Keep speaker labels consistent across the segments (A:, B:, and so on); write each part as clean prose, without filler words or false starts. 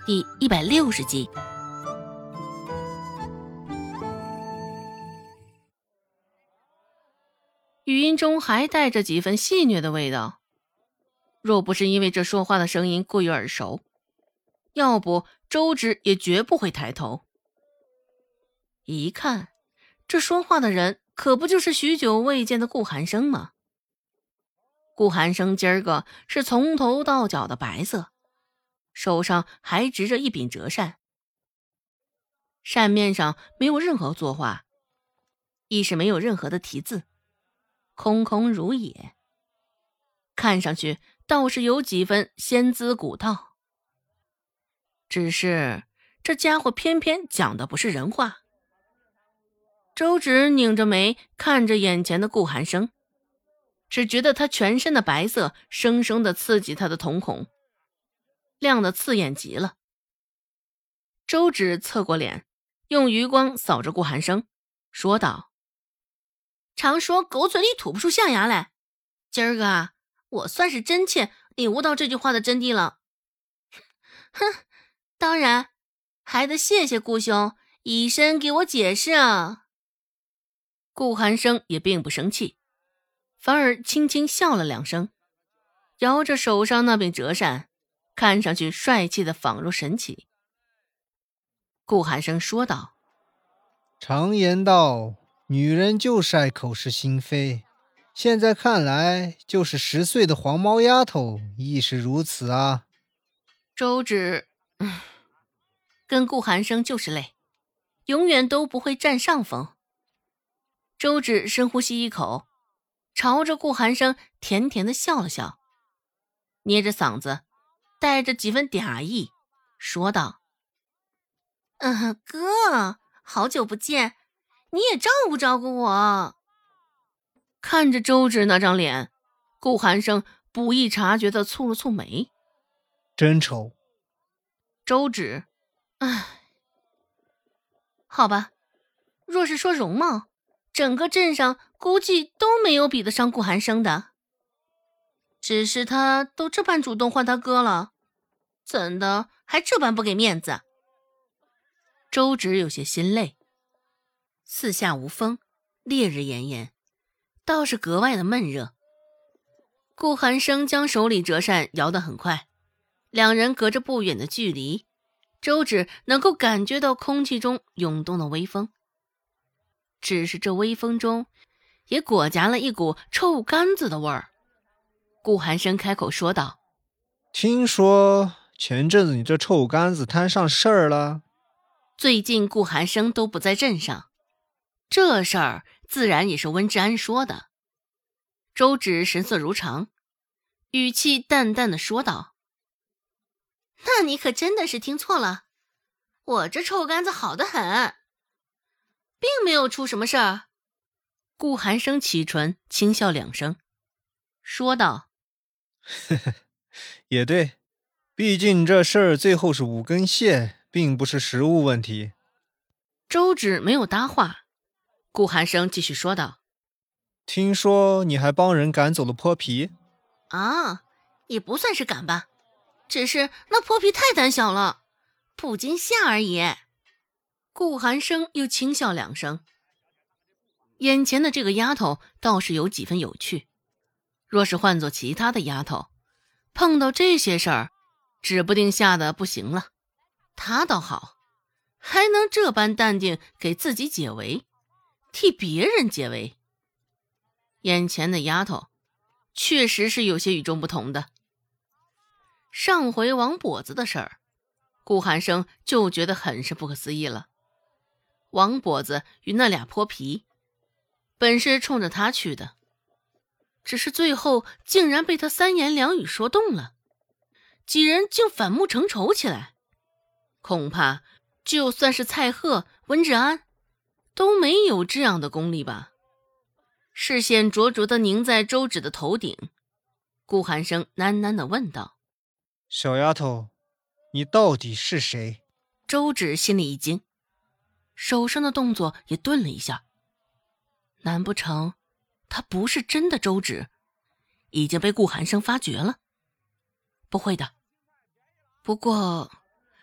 A: 第160集。语音中还带着几分戏谑的味道，若不是因为这说话的声音过于耳熟，要不周芷也绝不会抬头。一看，这说话的人可不就是许久未见的顾寒生吗？顾寒生今儿个是从头到脚的白色，手上还执着一柄折扇，扇面上没有任何作画，亦是没有任何的题字，空空如也，看上去倒是有几分仙姿古道。只是这家伙偏偏讲的不是人话。周芷拧着眉看着眼前的顾寒生，只觉得他全身的白色生生地刺激他的瞳孔，亮得刺眼极了。周芷侧过脸，用余光扫着顾寒生，说道：常说狗嘴里吐不出象牙来，今儿个啊，我算是真切领悟到这句话的真谛了。哼，当然还得谢谢顾兄以身给我解释啊。顾寒生也并不生气，反而轻轻笑了两声，摇着手上那柄折扇，看上去帅气的仿若神奇。顾寒生说道：
B: 常言道，女人就是爱口是心非，现在看来就是10岁的黄毛丫头亦是如此啊。
A: 周芷跟顾寒生就是累，永远都不会占上风。周芷深呼吸一口，朝着顾寒生甜甜的笑了笑，捏着嗓子带着几分嗲意说道：哥，好久不见，你也照顾照顾我。看着周芷那张脸，顾寒生不易察觉地蹙了蹙眉。
B: 真丑。
A: 周芷，好吧，若是说容貌，整个镇上估计都没有比得上顾寒生的。只是他都这般主动唤他哥了，怎的还这般不给面子？周芷有些心累，四下无风，烈日炎炎，倒是格外的闷热。顾寒生将手里折扇摇得很快，两人隔着不远的距离，周芷能够感觉到空气中涌动的微风，只是这微风中也裹夹了一股臭干子的味儿。顾寒生开口说道：
B: 听说前阵子你这臭干子摊上事儿了？
A: 最近顾寒生都不在镇上，这事儿自然也是温志安说的。周芷神色如常，语气淡淡的说道：那你可真的是听错了，我这臭干子好得很，并没有出什么事儿。顾寒生启唇轻笑两声，说道：
B: 也对，毕竟这事儿最后是5根线，并不是食物问题。
A: 周芷没有搭话，顾寒生继续说道：
B: 听说你还帮人赶走了泼皮？
A: 啊，也不算是赶吧，只是那泼皮太胆小了，不禁吓而已。顾寒生又轻笑两声，眼前的这个丫头倒是有几分有趣，若是换做其他的丫头，碰到这些事儿，指不定吓得不行了。她倒好，还能这般淡定给自己解围，替别人解围。眼前的丫头确实是有些与众不同的。上回王跛子的事儿，顾寒生就觉得很是不可思议了。王跛子与那俩泼皮本是冲着他去的，只是最后竟然被他三言两语说动了，几人竟反目成仇起来。恐怕就算是蔡贺、温志安都没有这样的功力吧。视线灼灼地凝在周芷的头顶，顾寒生喃喃地问道：
B: 小丫头，你到底是谁？
A: 周芷心里一惊，手上的动作也顿了一下。难不成她不是真的周芷，已经被顾寒生发觉了？不会的，不过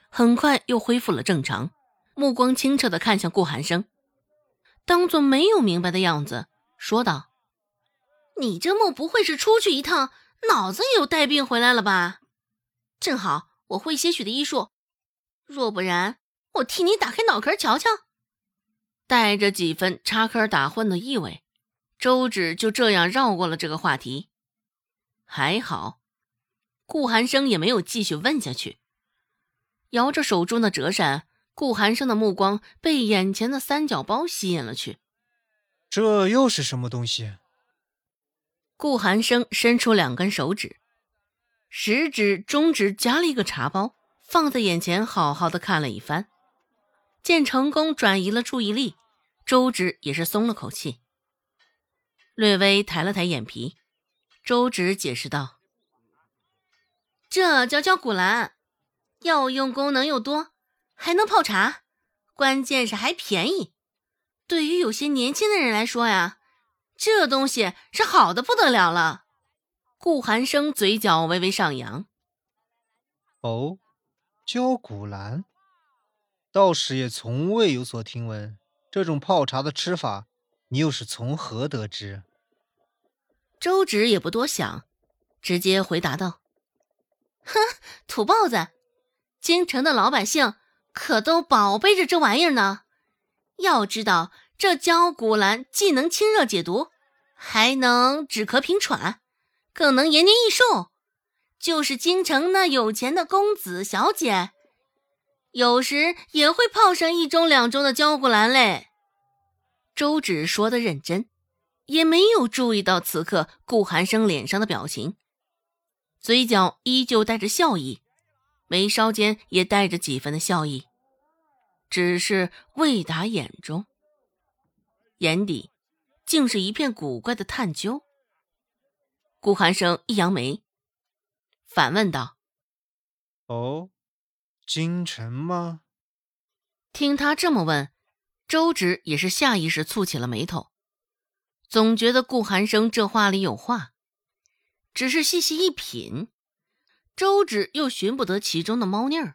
A: 很快又恢复了正常，目光清澈地看向顾寒生，当作没有明白的样子，说道：你这莫不会是出去一趟，脑子也有带病回来了吧？正好我会些许的医术，若不然我替你打开脑壳瞧瞧。带着几分插科打诨的意味，周芷就这样绕过了这个话题。还好顾寒生也没有继续问下去，摇着手中的折扇，顾寒生的目光被眼前的三角包吸引了去。
B: 这又是什么东西？
A: 顾寒生伸出2根手指，食指、中指夹了一个茶包，放在眼前好好的看了一番。见成功转移了注意力，周芷也是松了口气，略微抬了抬眼皮。周芷解释道：这叫古兰，药用功能又多，还能泡茶，关键是还便宜。对于有些年轻的人来说呀，这东西是好的不得了了。顾寒生嘴角微微上扬。
B: 哦，焦古兰，道士也从未有所听闻，这种泡茶的吃法，你又是从何得知？
A: 周芷也不多想，直接回答道：哼，土包子，京城的老百姓可都宝贝着这玩意儿呢。要知道，这焦古兰既能清热解毒，还能止咳平喘，更能延年益寿。就是京城那有钱的公子小姐，有时也会泡上1盅2盅的焦古兰嘞。周芷说得认真，也没有注意到此刻顾寒生脸上的表情，嘴角依旧带着笑意，眉梢间也带着几分的笑意，只是未达眼中，眼底竟是一片古怪的探究。顾寒生一扬眉，反问道：
B: 哦，京城吗？
A: 听他这么问，周芷也是下意识蹙起了眉头，总觉得顾寒生这话里有话，只是细细一品，周芷又寻不得其中的猫腻儿。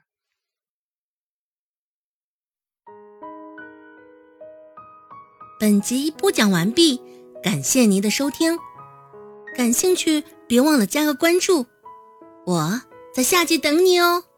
C: 本集播讲完毕，感谢您的收听。感兴趣别忘了加个关注，我在下集等你哦。